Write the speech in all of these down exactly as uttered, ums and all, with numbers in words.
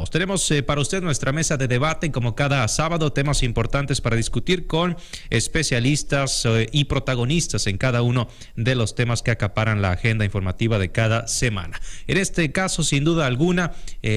comenzamos. Tenemos eh, para usted nuestra mesa de debate, como cada sábado, temas importantes para discutir con especialistas eh, y protagonistas en cada uno de los temas que acaparan la agenda informativa de cada semana. En este caso, sin duda alguna,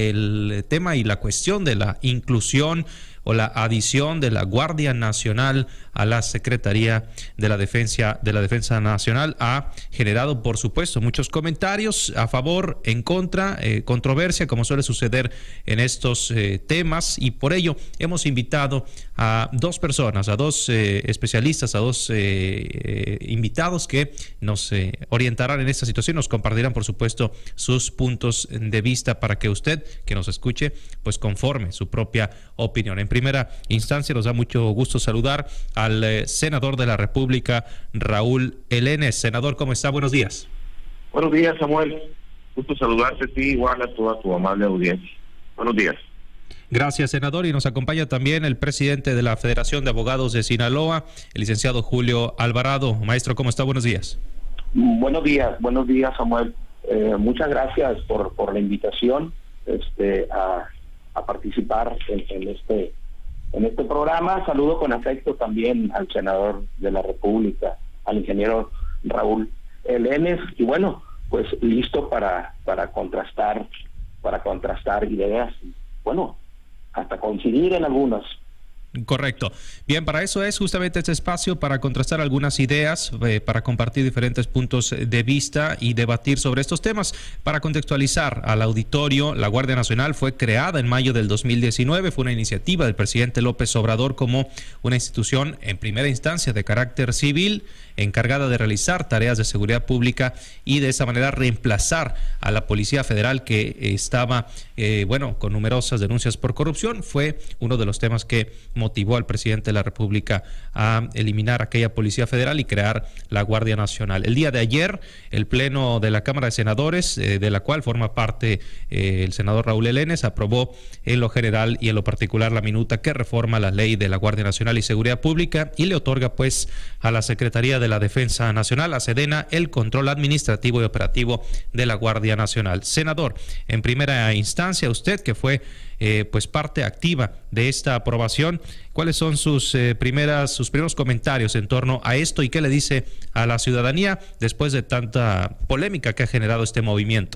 el tema y la cuestión de la inclusión o la adición de la Guardia Nacional a la Secretaría de la Defensa de la Defensa Nacional ha generado, por supuesto, muchos comentarios a favor, en contra, eh, controversia, como suele suceder en estos eh, temas, y por ello hemos invitado a dos personas, a dos eh, especialistas, a dos eh, eh, invitados que nos eh, orientarán en esta situación, nos compartirán, por supuesto, sus puntos de vista para que usted, que nos escuche, pues conforme su propia opinión. En primera instancia, nos da mucho gusto saludar al eh, senador de la República, Raúl Elenes. Senador, ¿cómo está? Buenos días. Buenos días, Samuel. Gusto saludarte a ti, igual a toda tu amable audiencia. Buenos días. Gracias, senador. Y nos acompaña también el presidente de la Federación de Abogados de Sinaloa, el licenciado Julio Alvarado. Maestro, ¿cómo está? Buenos días. Buenos días, buenos días, Samuel. Eh, muchas gracias por, por la invitación este, a, a participar en, en este en este programa. Saludo con afecto también al senador de la República, al ingeniero Raúl Elenes, y bueno, pues listo para para contrastar para contrastar ideas, bueno, hasta coincidir en algunas. Correcto. Bien, para eso es justamente este espacio, para contrastar algunas ideas, eh, para compartir diferentes puntos de vista y debatir sobre estos temas. Para contextualizar al auditorio, la Guardia Nacional fue creada en mayo del dos mil diecinueve, fue una iniciativa del presidente López Obrador como una institución en primera instancia de carácter civil, encargada de realizar tareas de seguridad pública y de esa manera reemplazar a la Policía Federal, que estaba, eh, bueno, con numerosas denuncias por corrupción. Fue uno de los temas que motivó al presidente de la República a eliminar aquella Policía Federal y crear la Guardia Nacional. El día de ayer, el Pleno de la Cámara de Senadores, eh, de la cual forma parte eh, el senador Raúl Elenes, aprobó en lo general y en lo particular la minuta que reforma la ley de la Guardia Nacional y Seguridad Pública y le otorga pues a la Secretaría de la Defensa Nacional, a SEDENA, el control administrativo y operativo de la Guardia Nacional. Senador, en primera instancia, usted que fue eh, pues parte activa de esta aprobación, ¿cuáles son sus eh, primeras sus primeros comentarios en torno a esto y qué le dice a la ciudadanía después de tanta polémica que ha generado este movimiento?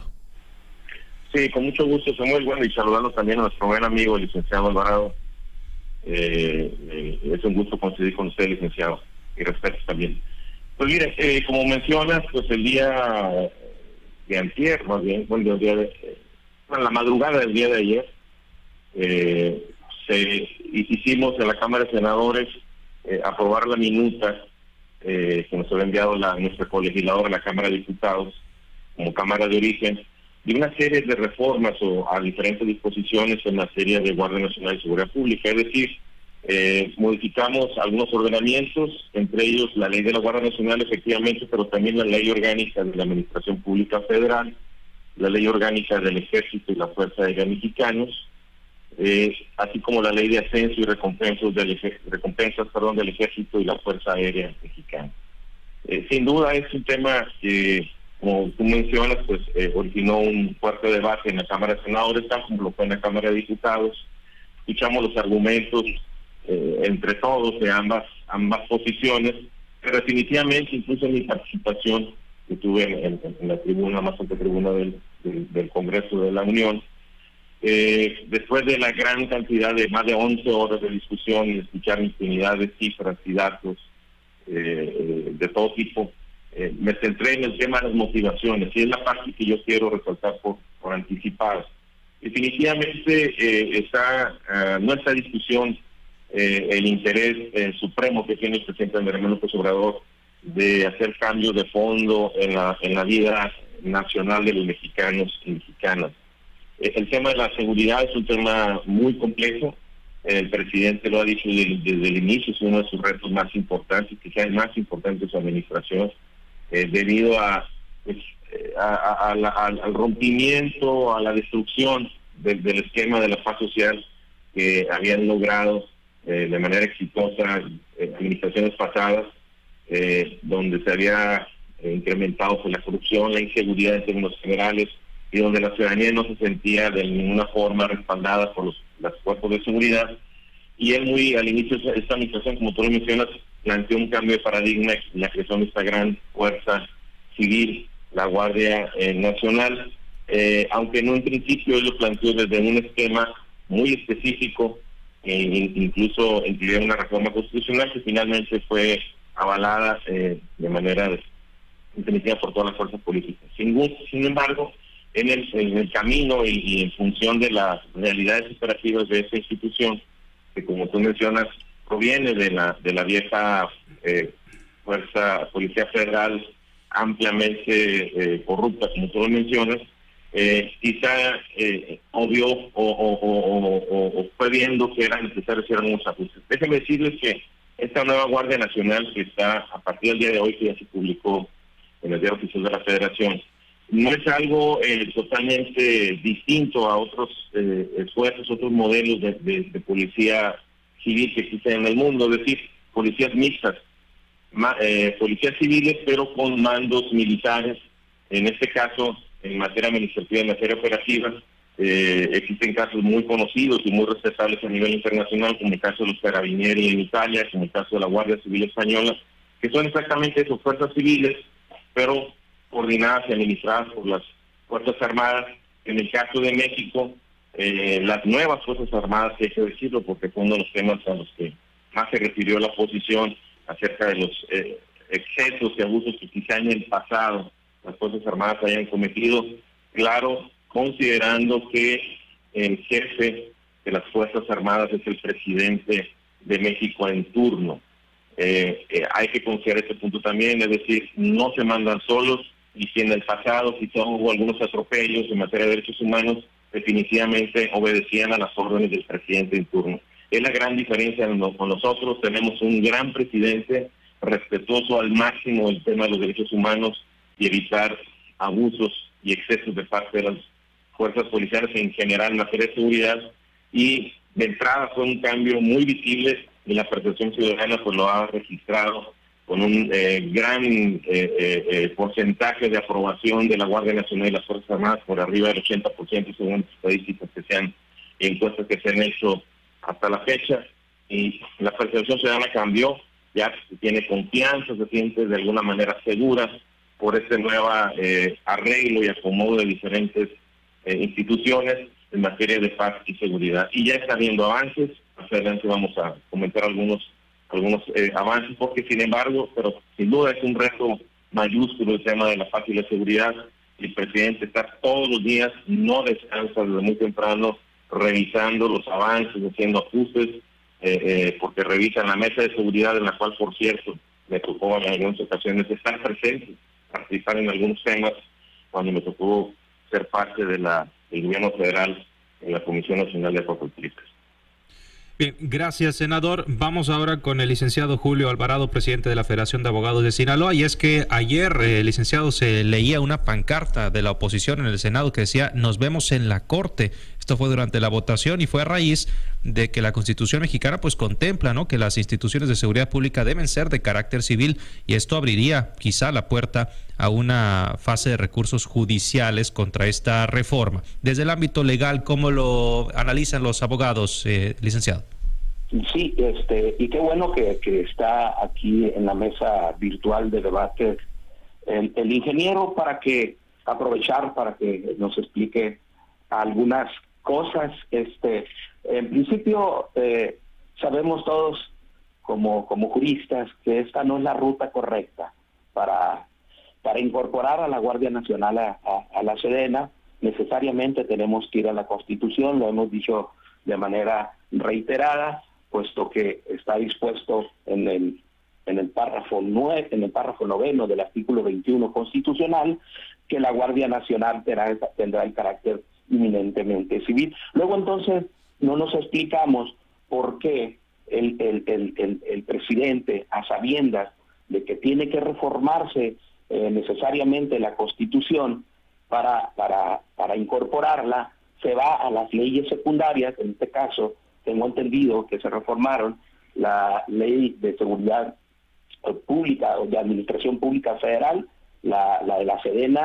Sí, con mucho gusto, Samuel. Bueno, y saludando también a nuestro buen amigo, el licenciado Alvarado. Eh, eh, es un gusto coincidir con usted, licenciado, y respeto también. Pues mire, eh, como mencionas, pues el día de antier, más bien, bueno, el día de, bueno, la madrugada del día de ayer, eh, se hicimos en la Cámara de Senadores eh, aprobar la minuta eh, que nos había enviado la, nuestra colegisladora, la Cámara de Diputados, como Cámara de Origen, de una serie de reformas o a diferentes disposiciones en materia de Guardia Nacional y Seguridad Pública. Es decir, eh, modificamos algunos ordenamientos, entre ellos la ley de la Guardia Nacional, efectivamente, pero también la ley orgánica de la Administración Pública Federal, la ley orgánica del Ejército y la Fuerza Aérea Mexicanos, eh, así como la ley de ascenso y recompensas del, recompensas, perdón, del Ejército y la Fuerza Aérea Mexicana. Eh, sin duda es un tema que, como tú mencionas, pues eh, originó un fuerte debate en la Cámara de Senadores, tal como lo fue en la Cámara de Diputados. Escuchamos los argumentos eh, entre todos de ambas ambas posiciones, pero definitivamente, incluso en mi participación que tuve en, en, en la tribuna, más alta tribuna del, del, del Congreso de la Unión, eh, después de la gran cantidad de más de once horas de discusión y escuchar infinidad de cifras y datos eh, de todo tipo, Eh, me centré en el tema de las motivaciones, y es la parte que yo quiero resaltar por, por anticipado. Definitivamente eh, está, uh, no está discusión eh, el interés eh, supremo que tiene el presidente Andrés Manuel López Obrador de hacer cambios de fondo en la, en la vida nacional de los mexicanos y mexicanas. Eh, el tema de la seguridad es un tema muy complejo. El presidente lo ha dicho desde, desde el inicio, es uno de sus retos más importantes, quizás el más importante de su administración. Eh, debido a, pues, a, a, a la, al, al rompimiento, a la destrucción de, del esquema de la paz social que habían logrado eh, de manera exitosa eh, administraciones pasadas, eh, donde se había eh, incrementado pues, la corrupción, la inseguridad en términos generales, y donde la ciudadanía no se sentía de ninguna forma respaldada por los, los cuerpos de seguridad. Y él muy al inicio de esta administración, como tú lo mencionas, planteó un cambio de paradigma y la creación de esta gran fuerza civil, la Guardia eh, Nacional, eh, aunque no en principio él lo planteó desde un esquema muy específico, eh, incluso incluía una reforma constitucional que finalmente fue avalada eh, de manera definitiva por todas las fuerzas políticas. Sin, sin embargo, en el, en el camino y, y en función de las realidades operativas de esta institución, que como tú mencionas, proviene de la de la vieja eh, Fuerza Policía Federal ampliamente eh, corrupta, como tú lo mencionas, eh, quizá eh, obvio o, o, o, o, o fue viendo que era necesario hacer algunos ajustes. Déjenme decirles que esta nueva Guardia Nacional, que está a partir del día de hoy, que ya se publicó en el Diario Oficial de la Federación, no es algo eh, totalmente distinto a otros eh, esfuerzos, otros modelos de, de, de policía civil que existen en el mundo, es decir, policías mixtas, ma, eh, policías civiles pero con mandos militares. En este caso, en materia administrativa, en materia operativa, eh, existen casos muy conocidos y muy respetables a nivel internacional, como el caso de los Carabinieri en Italia, como el caso de la Guardia Civil Española, que son exactamente esas fuerzas civiles, pero coordinadas y administradas por las Fuerzas Armadas. En el caso de México, eh, las nuevas Fuerzas Armadas, hay que decirlo, porque fue uno de los temas a los que más se refirió la oposición acerca de los eh, excesos y abusos que quizá en el pasado las Fuerzas Armadas hayan cometido, claro, considerando que el jefe de las Fuerzas Armadas es el presidente de México en turno. Eh, eh, hay que considerar este punto también, es decir, no se mandan solos, y si en el pasado quizá hubo algunos atropellos en materia de derechos humanos, definitivamente obedecían a las órdenes del presidente en turno. Es la gran diferencia con nosotros. Tenemos un gran presidente respetuoso al máximo del tema de los derechos humanos y evitar abusos y excesos de parte de las fuerzas policiales en general en materia de seguridad, y de entrada fue un cambio muy visible y la percepción ciudadana pues lo ha registrado con un eh, gran eh, eh, eh, porcentaje de aprobación de la Guardia Nacional y las Fuerzas Armadas, por arriba del ochenta por ciento según las estadísticas que se han, encuestas que se han hecho hasta la fecha, y la percepción ciudadana cambió, ya se tiene confianza, se siente de alguna manera segura por este nuevo eh, arreglo y acomodo de diferentes eh, instituciones en materia de paz y seguridad. Y ya está habiendo avances, más adelante vamos a comentar algunos algunos eh, avances, porque sin embargo, pero sin duda es un reto mayúsculo el tema de la paz y la seguridad. El presidente está todos los días, no descansa desde muy temprano, revisando los avances, haciendo ajustes, eh, eh, porque revisan la mesa de seguridad, en la cual, por cierto, me tocó en algunas ocasiones estar presente, participar en algunos temas, cuando me tocó ser parte de la del gobierno federal en la Comisión Nacional de Aguas Públicas. Bien, gracias, senador. Vamos ahora con el licenciado Julio Alvarado, presidente de la Federación de Abogados de Sinaloa. Y es que ayer, eh, licenciado, se leía una pancarta de la oposición en el Senado que decía: nos vemos en la Corte. Esto fue durante la votación y fue a raíz de que la Constitución mexicana pues contempla, ¿no?, que las instituciones de seguridad pública deben ser de carácter civil, y esto abriría quizá la puerta a una fase de recursos judiciales contra esta reforma. Desde el ámbito legal, ¿cómo lo analizan los abogados, eh, licenciado? Sí, este, y qué bueno que, que está aquí en la mesa virtual de debate el, el ingeniero, para que aprovechar para que nos explique algunas cosas. Este, en principio, eh, sabemos todos como como juristas que esta no es la ruta correcta para para incorporar a la Guardia Nacional a, a, a la Sedena. Necesariamente tenemos que ir a la Constitución, lo hemos dicho de manera reiterada, puesto que está dispuesto en el en el párrafo nueve, en el párrafo noveno del artículo veintiuno constitucional, que la Guardia Nacional tendrá, tendrá el carácter inminentemente civil. Luego entonces no nos explicamos por qué el, el, el, el, el presidente, a sabiendas de que tiene que reformarse eh, necesariamente la Constitución para, para, para incorporarla, se va a las leyes secundarias. En este caso, tengo entendido que se reformaron la Ley de Seguridad Pública o de Administración Pública Federal, la, la de la Sedena,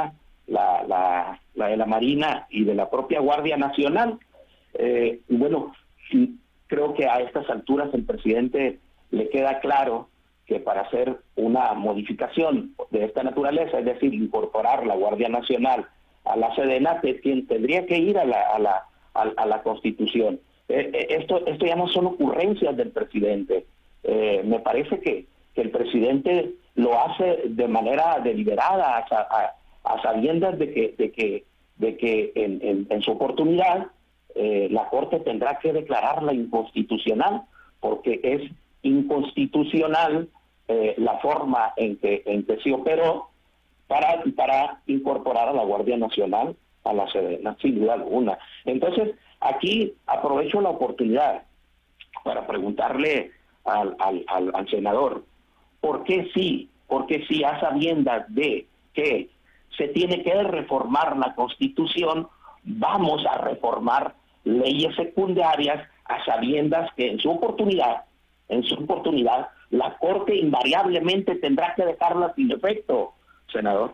la, la, la de la Marina y de la propia Guardia Nacional. Eh, y bueno, sí, creo que a estas alturas el presidente le queda claro que para hacer una modificación de esta naturaleza, es decir, incorporar la Guardia Nacional a la Sedena, quien tendría que ir a la, a la, a, a la Constitución. Eh, esto, esto ya no son ocurrencias del presidente. Eh, me parece que, que el presidente lo hace de manera deliberada, a, a, a sabiendas de que, de que, de que en, en, en su oportunidad eh, la Corte tendrá que declararla inconstitucional, porque es inconstitucional eh, la forma en que, en que se operó para, para incorporar a la Guardia Nacional a la Sedena, sin duda alguna. Entonces, aquí aprovecho la oportunidad para preguntarle al, al, al, al senador, ¿por qué sí? ¿Por qué sí, a sabiendas de que se tiene que reformar la Constitución, vamos a reformar leyes secundarias a sabiendas que en su oportunidad, en su oportunidad, la Corte invariablemente tendrá que dejarlas sin efecto, senador?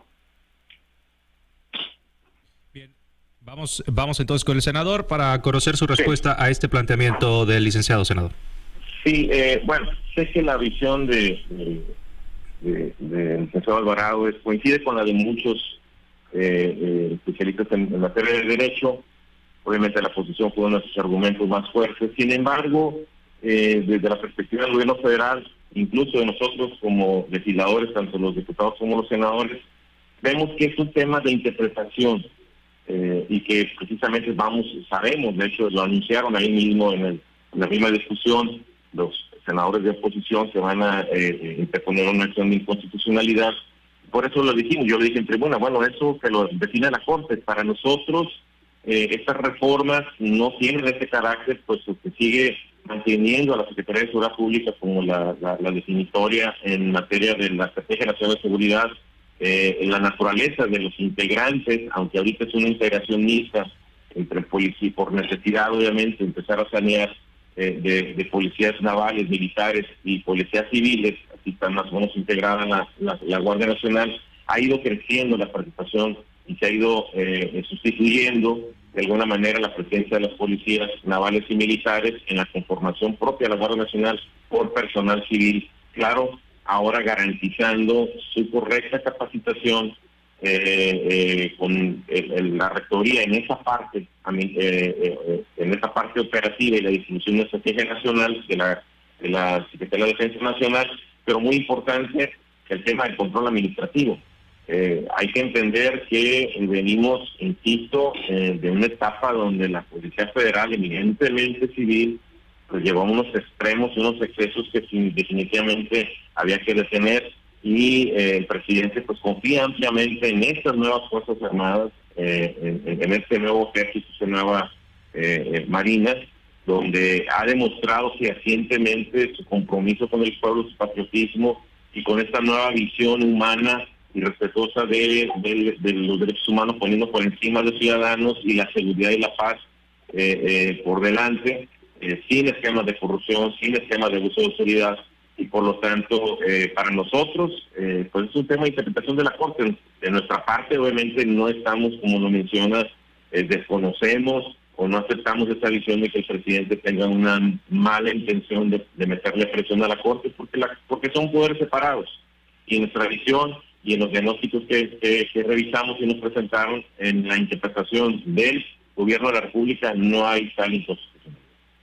Bien, vamos, vamos entonces con el senador para conocer su respuesta sí. a este planteamiento del licenciado, senador. Sí, eh, bueno, sé que la visión de, de, de, de licenciado Alvarado es, coincide con la de muchos eh, eh, especialistas en, en materia de derecho. Obviamente la posición fue uno de sus argumentos más fuertes. Sin embargo, eh, desde la perspectiva del gobierno federal, incluso de nosotros como legisladores, tanto los diputados como los senadores, vemos que es un tema de interpretación eh, y que precisamente vamos, sabemos, de hecho lo anunciaron ahí mismo en, el, en la misma discusión, los senadores de oposición se van a eh, interponer una acción de inconstitucionalidad. Por eso lo dijimos, yo le dije en tribuna, bueno, eso que lo define la Corte. Para nosotros, eh, estas reformas no tienen ese carácter, pues que sigue manteniendo a la Secretaría de Seguridad Pública como la, la, la definitoria en materia de la Estrategia Nacional de Seguridad, eh, en la naturaleza de los integrantes, aunque ahorita es una integración mixta entre policía, por necesidad obviamente, empezar a sanear eh, de, de policías navales, militares y policías civiles, así están más o menos integrada la, la, la Guardia Nacional, ha ido creciendo la participación y se ha ido eh, sustituyendo de alguna manera la presencia de las policías navales y militares en la conformación propia de la Guardia Nacional por personal civil. Claro, ahora garantizando su correcta capacitación eh, eh, con el, el, la rectoría en esa parte, eh, eh, en esa parte operativa y la distribución de la estrategia nacional de la, de la Secretaría de la Defensa Nacional, pero muy importante el tema del control administrativo. Eh, hay que entender que venimos, insisto, eh, de una etapa donde la Policía Federal, eminentemente civil, pues llevó a unos extremos, unos excesos que definitivamente había que detener, y eh, el presidente pues confía ampliamente en estas nuevas Fuerzas Armadas, eh, en, en este nuevo ejército, esta nueva eh, Marina, donde ha demostrado fehacientemente su compromiso con el pueblo, su patriotismo, y con esta nueva visión humana y respetuosa de, de, de los derechos humanos, poniendo por encima de los ciudadanos y la seguridad y la paz eh, eh, por delante, eh, sin esquemas de corrupción, sin esquemas de abuso de autoridad, y por lo tanto, eh, para nosotros, eh, pues es un tema de interpretación de la Corte. De nuestra parte, obviamente, no estamos, como lo mencionas, eh, desconocemos o no aceptamos esa visión de que el presidente tenga una mala intención de, de meterle presión a la Corte, porque, la, porque son poderes separados. Y en nuestra visión y en los diagnósticos que, que, que revisamos y nos presentaron, en la interpretación del Gobierno de la República no hay tal inconstitucionalidad.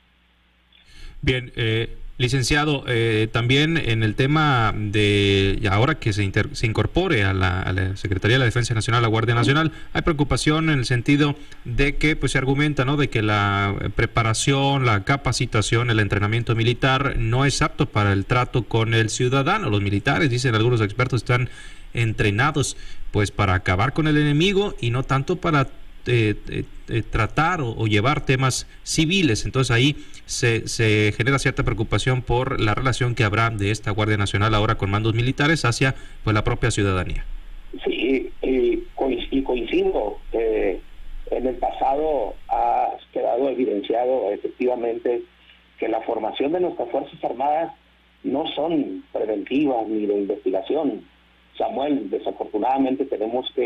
Bien, eh, licenciado, eh, también en el tema de ahora que se, inter, se incorpore a la, a la Secretaría de la Defensa Nacional, a la Guardia Nacional, hay preocupación en el sentido de que pues se argumenta, ¿no?, de que la preparación, la capacitación, el entrenamiento militar no es apto para el trato con el ciudadano. Los militares, dicen algunos expertos, están entrenados pues para acabar con el enemigo y no tanto para eh, eh, eh, tratar o, o llevar temas civiles. Entonces ahí se, se genera cierta preocupación por la relación que habrá de esta Guardia Nacional ahora con mandos militares hacia pues la propia ciudadanía. Sí, y, y coincido. Eh, en el pasado ha quedado evidenciado efectivamente que la formación de nuestras Fuerzas Armadas no son preventivas ni de investigación. Samuel, desafortunadamente tenemos que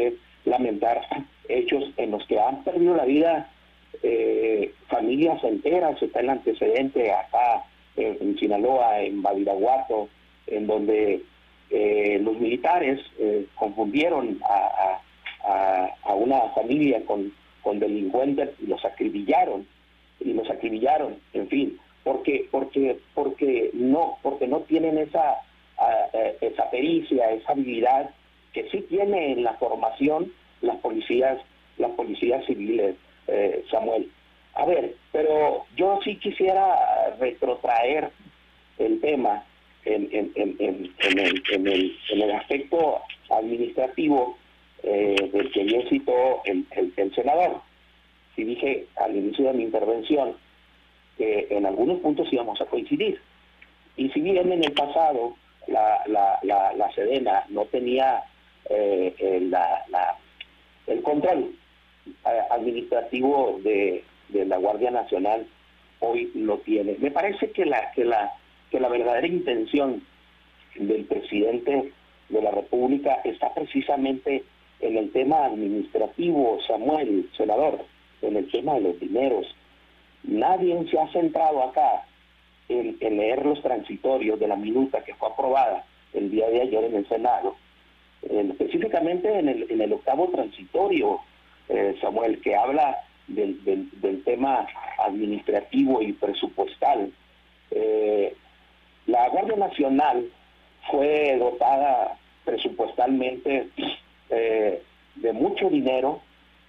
lamentar hechos en los que han perdido la vida eh, familias enteras. Está el antecedente acá en, en Sinaloa, en Badiraguato, en donde eh, los militares eh, confundieron a, a, a una familia con, con delincuentes y los acribillaron, y los acribillaron, en fin, porque porque porque no porque no tienen esa uh, esa pericia, esa habilidad que sí tiene en la formación las policías las policías civiles, eh, Samuel. A ver, pero yo sí quisiera retrotraer el tema en, en, en, en, en, el, en, el, en el aspecto administrativo eh, del que bien citó el, el, el senador. Y dije al inicio de mi intervención que en algunos puntos íbamos a coincidir. Y si bien en el pasado la, la, la, la Sedena no tenía eh, el, la, la, el control administrativo de, de la Guardia Nacional, hoy lo tiene. Me parece que la que la que la verdadera intención del presidente de la República está precisamente en el tema administrativo, Samuel, senador, en el tema de los dineros. Nadie se ha centrado acá en, en leer los transitorios de la minuta que fue aprobada el día de ayer en el Senado, en, específicamente en el, en el octavo transitorio, eh, Samuel, que habla del, del, del tema administrativo y presupuestal. Eh, la Guardia Nacional fue dotada presupuestalmente eh, de mucho dinero,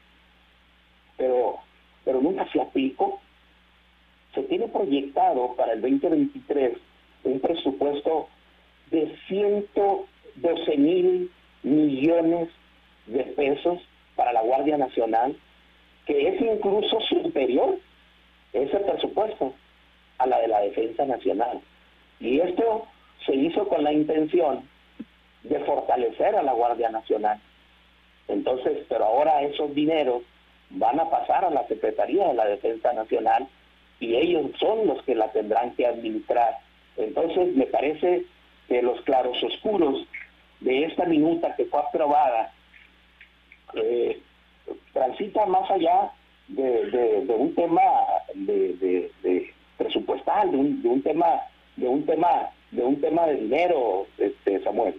pero, pero nunca se aplicó. Se tiene proyectado para el veinte veintitrés un presupuesto de ciento doce mil millones de pesos para la Guardia Nacional, que es incluso superior ese presupuesto a la de la Defensa Nacional. Y esto se hizo con la intención de fortalecer a la Guardia Nacional. Entonces, pero ahora esos dineros van a pasar a la Secretaría de la Defensa Nacional y ellos son los que la tendrán que administrar. Entonces, me parece que los clarososcuros de esta minuta que fue aprobada eh, transita más allá de, de, de un tema de, de, de presupuestal, de un, de un tema, de un tema, de un tema de dinero, este, Samuel.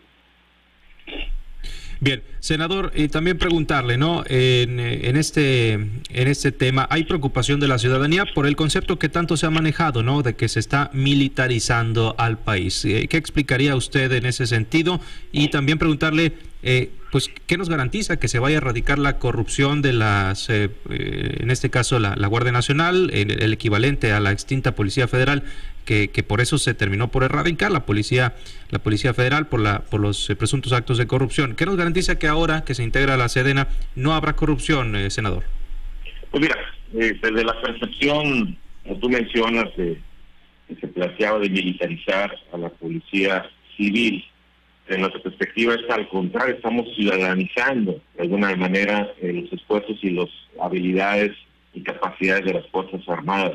Bien, senador, y también preguntarle, ¿no? En, en este en este tema, ¿hay preocupación de la ciudadanía por el concepto que tanto se ha manejado, ¿no? De que se está militarizando al país? ¿Qué explicaría usted en ese sentido? Y también preguntarle, eh, pues, ¿qué nos garantiza que se vaya a erradicar la corrupción de las, eh, eh, en este caso, la, la Guardia Nacional, el, el equivalente a la extinta Policía Federal, que, que por eso se terminó por erradicar la Policía la Policía Federal por la por los eh, presuntos actos de corrupción? ¿Qué nos garantiza que ahora que se integra la Sedena no habrá corrupción, eh, senador? Pues mira, eh, desde la percepción, como tú mencionas, eh, que se planteaba de militarizar a la Policía Civil, en nuestra perspectiva es al contrario, estamos ciudadanizando de alguna manera eh, los esfuerzos y las habilidades y capacidades de las Fuerzas Armadas.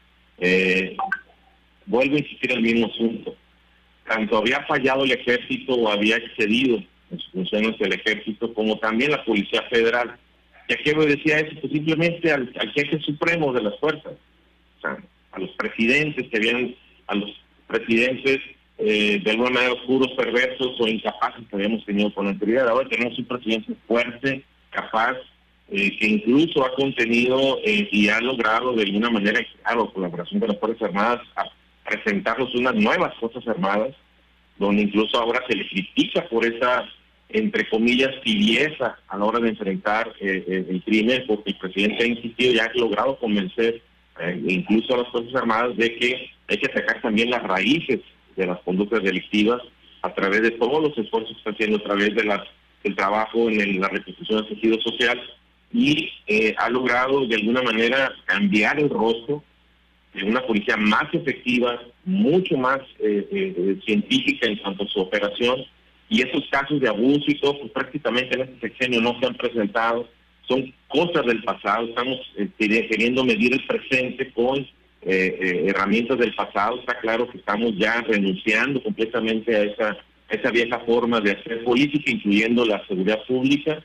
Eh, vuelvo a insistir en el mismo asunto. Tanto había fallado el Ejército o había excedido en sus funciones el Ejército, como también la Policía Federal. ¿Y a qué obedecía eso? Pues simplemente al, al jefe supremo de las fuerzas, o sea, a los presidentes que habían, a los presidentes eh, de alguna manera oscuros, perversos o incapaces que habíamos tenido con la anterioridad. Ahora tenemos un presidente fuerte, capaz, eh, que incluso ha contenido eh, y ha logrado de alguna manera, claro, colaboración con las Fuerzas Armadas, a presentarnos unas nuevas Fuerzas Armadas, donde incluso ahora se le critica por esa, entre comillas, tibieza a la hora de enfrentar eh, eh, el crimen, porque el presidente ha insistido y ha logrado convencer eh, incluso a las Fuerzas Armadas de que hay que atacar también las raíces de las conductas delictivas a través de todos los esfuerzos que está haciendo, a través de las, del trabajo en el, la reconstrucción del tejido social, y eh, ha logrado de alguna manera cambiar el rostro de una policía más efectiva, mucho más eh, eh, científica en cuanto a su operación, y esos casos de abuso y todo, pues prácticamente en este sexenio no se han presentado, son cosas del pasado. Estamos eh, queriendo medir el presente con eh, eh, herramientas del pasado. Está claro que estamos ya renunciando completamente a esa, esa vieja forma de hacer política, incluyendo la seguridad pública,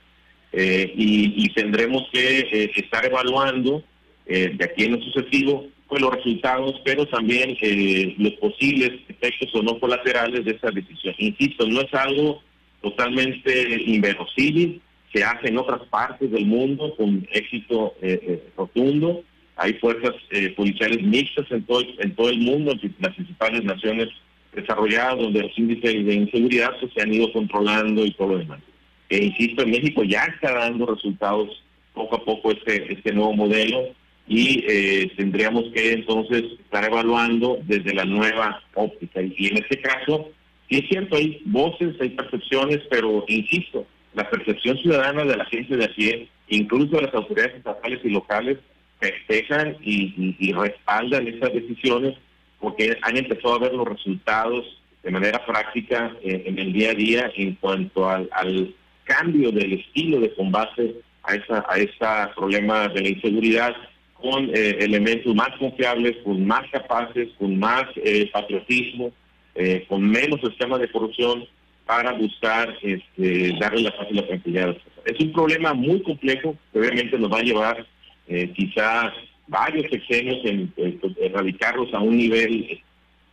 eh, y, y tendremos que eh, estar evaluando eh, de aquí en lo sucesivo pues los resultados, pero también eh, los posibles efectos o no colaterales de esa decisión. Insisto, no es algo totalmente inverosímil, se hace en otras partes del mundo con éxito eh, eh, rotundo. Hay fuerzas eh, policiales mixtas en todo, en todo el mundo, en las principales naciones desarrolladas, donde los índices de inseguridad pues, se han ido controlando y todo lo demás. E insisto, en México ya está dando resultados poco a poco este, este nuevo modelo, y eh, tendríamos que entonces estar evaluando desde la nueva óptica. Y en este caso, sí es cierto, hay voces, hay percepciones, pero insisto, la percepción ciudadana de la gente de a pie, incluso de las autoridades estatales y locales, festejan y, y, y respaldan estas decisiones porque han empezado a ver los resultados de manera práctica eh, en el día a día en cuanto al, al cambio del estilo de combate a esa a este problema de la inseguridad, con eh, elementos más confiables, con más capaces, con más eh, patriotismo, eh, con menos esquema de corrupción, para buscar este, darle la fácil a la tranquilidad. Es un problema muy complejo que obviamente nos va a llevar eh, quizá varios sexenios en, en, en erradicarlos a un nivel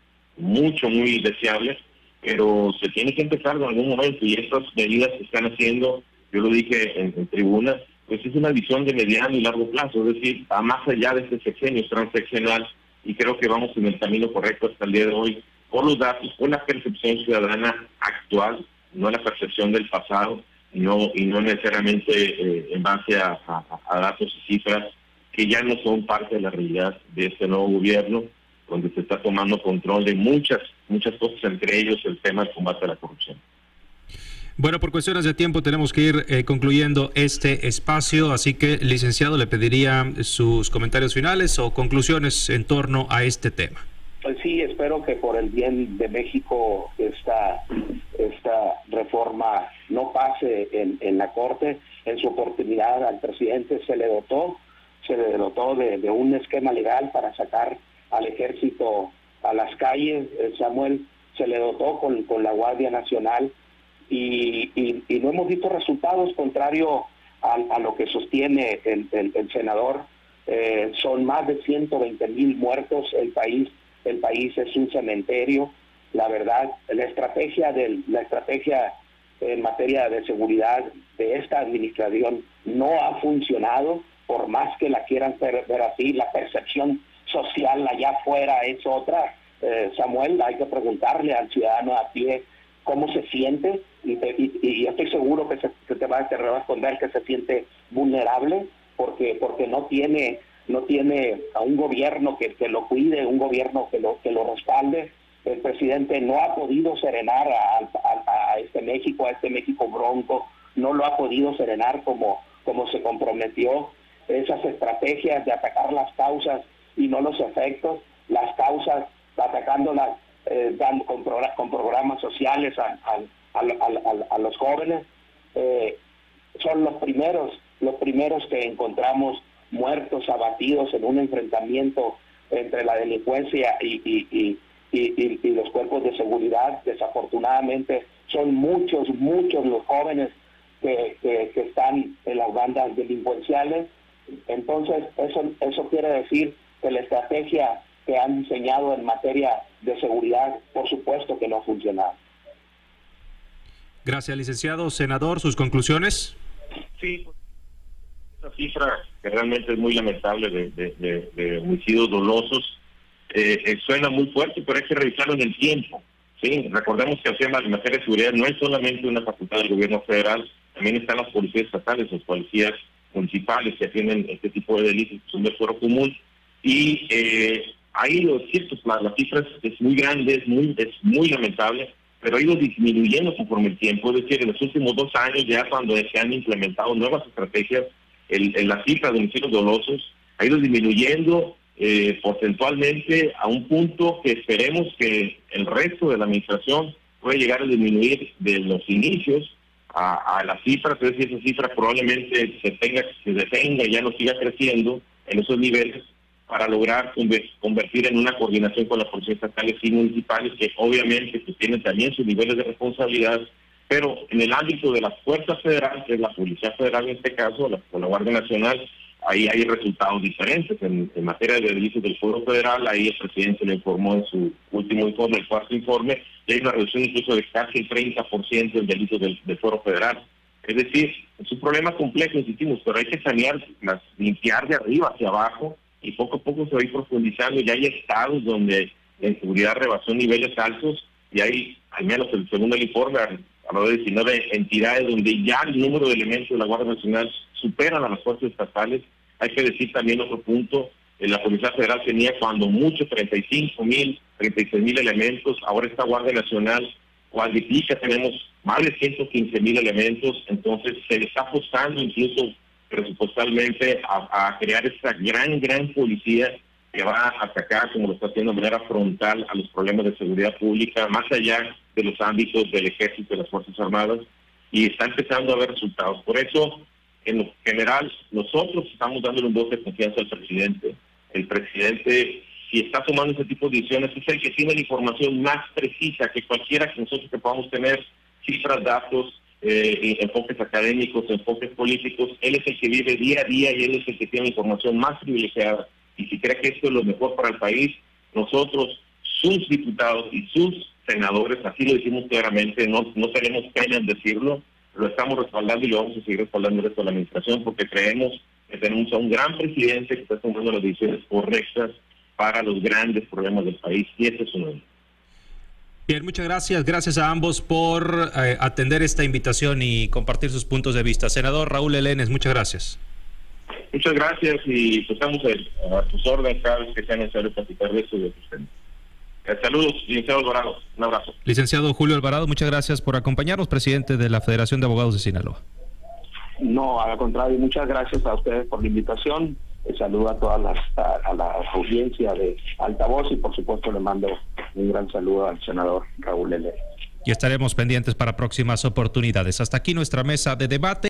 mucho, muy deseable, pero se tiene que empezar en algún momento, y estas medidas que están haciendo, yo lo dije en, en tribuna, pues es una visión de mediano y largo plazo, es decir, va más allá de este sexenio, es transeccional, y creo que vamos en el camino correcto hasta el día de hoy, por los datos, por la percepción ciudadana actual, no la percepción del pasado, y no, y no necesariamente eh, en base a, a, a datos y cifras que ya no son parte de la realidad de este nuevo gobierno, donde se está tomando control de muchas, muchas cosas, entre ellos el tema del combate a la corrupción. Bueno, por cuestiones de tiempo tenemos que ir eh, concluyendo este espacio, así que, licenciado, le pediría sus comentarios finales o conclusiones en torno a este tema. Pues sí, espero que por el bien de México esta, esta reforma no pase en, en la Corte. En su oportunidad al presidente se le dotó, se le dotó de, de un esquema legal para sacar al ejército a las calles. Samuel, se le dotó con, con la Guardia Nacional, y, y, y no hemos visto resultados, contrario a, a lo que sostiene el, el, el senador. Eh, son más de ciento veinte mil muertos, el país el país es un cementerio. La verdad, la estrategia del, la estrategia en materia de seguridad de esta administración no ha funcionado, por más que la quieran ver, ver así. La percepción social allá afuera es otra. Eh, Samuel, hay que preguntarle al ciudadano a pie cómo se siente, y, te, y, y yo estoy seguro que, se, que te va a responder que se siente vulnerable porque porque no tiene no tiene a un gobierno que, que lo cuide, un gobierno que lo que lo respalde. El presidente no ha podido serenar a, a, a este México, a este México bronco, no lo ha podido serenar como, como se comprometió. Esas estrategias de atacar las causas y no los efectos, las causas atacándolas eh, dando, con, progr con programas sociales a, a, a, a, a los jóvenes, eh, son los primeros, los primeros que encontramos muertos, abatidos en un enfrentamiento entre la delincuencia y, y, y, y, y los cuerpos de seguridad. Desafortunadamente son muchos, muchos los jóvenes que, que, que están en las bandas delincuenciales. Entonces eso, eso quiere decir que la estrategia que han diseñado en materia de seguridad, por supuesto que no ha funcionado. Gracias, licenciado. Senador, ¿sus conclusiones? Sí, esa cifra que realmente es muy lamentable de, de, de, de homicidios dolosos, eh, eh, suena muy fuerte, pero hay que revisarlo en el tiempo. Sí, recordemos que el tema de materia de seguridad no es solamente una facultad del gobierno federal, también están las policías estatales, las policías municipales que atienden este tipo de delitos, que son de fuero común, y eh, ha ido, cierto, la, la cifra es, es muy grande, es muy, es muy lamentable, pero ha ido disminuyendo conforme el tiempo. Es decir, en los últimos dos años, ya cuando se han implementado nuevas estrategias, el, el, la cifra de homicidios dolosos ha ido disminuyendo eh, porcentualmente a un punto que esperemos que el resto de la administración pueda llegar a disminuir de los inicios a, a las cifras. Es decir, esa cifra probablemente se tenga, se detenga y ya no siga creciendo en esos niveles, para lograr convertir en una coordinación con las policías estatales y municipales, que obviamente pues, tienen también sus niveles de responsabilidad Pero en el ámbito de las fuerzas federales, que es la Policía Federal en este caso, la, con la Guardia Nacional, ahí hay resultados diferentes. En, en materia de delitos del Fuero Federal, ahí el presidente le informó en su último informe, el cuarto informe, y hay una reducción incluso de casi el treinta por ciento en delitos del, del Fuero Federal. Es decir, es un problema complejo, insistimos, pero hay que sanear, las, limpiar de arriba hacia abajo, y poco a poco se va a ir profundizando. Ya hay estados donde la inseguridad rebasó niveles altos, y hay, al menos el segundo el informe, habló de diecinueve entidades donde ya el número de elementos de la Guardia Nacional superan a las fuerzas estatales. Hay que decir también otro punto, eh, la Policía Federal tenía cuando mucho treinta y cinco mil, treinta y seis mil elementos, ahora esta Guardia Nacional cuadriplica, tenemos más de ciento quince mil elementos, entonces se le está apostando incluso presupuestalmente a, a crear esta gran, gran policía que va a atacar, como lo está haciendo de manera frontal, a los problemas de seguridad pública, más allá de los ámbitos del Ejército y de las Fuerzas Armadas, y está empezando a haber resultados. Por eso, en lo general, nosotros estamos dándole un voto de confianza al presidente. El presidente, si está tomando ese tipo de decisiones, es el que tiene la información más precisa que cualquiera que nosotros que podamos tener, cifras, datos, eh, enfoques académicos, enfoques políticos. Él es el que vive día a día y él es el que tiene la información más privilegiada. Y si cree que esto es lo mejor para el país, nosotros, sus diputados y sus senadores, así lo decimos claramente, no, no tenemos pena en decirlo, lo estamos respaldando y lo vamos a seguir respaldando el resto de la administración, porque creemos que tenemos a un gran presidente que está tomando las decisiones correctas para los grandes problemas del país, y ese es uno de ellos. Bien, muchas gracias. Gracias a ambos por eh, atender esta invitación y compartir sus puntos de vista. Senador Raúl Elenes, muchas gracias. Muchas gracias y pues estamos a, a tus órdenes cada vez que sea necesario platicar de eso y de tus temas. Saludos, licenciado Alvarado. Un abrazo. Licenciado Julio Alvarado, muchas gracias por acompañarnos, presidente de la Federación de Abogados de Sinaloa. No, al contrario, muchas gracias a ustedes por la invitación. Les saludo a toda la, a, a la audiencia de Altavoz y por supuesto le mando un gran saludo al senador Raúl Elenes. Y estaremos pendientes para próximas oportunidades. Hasta aquí nuestra mesa de debate.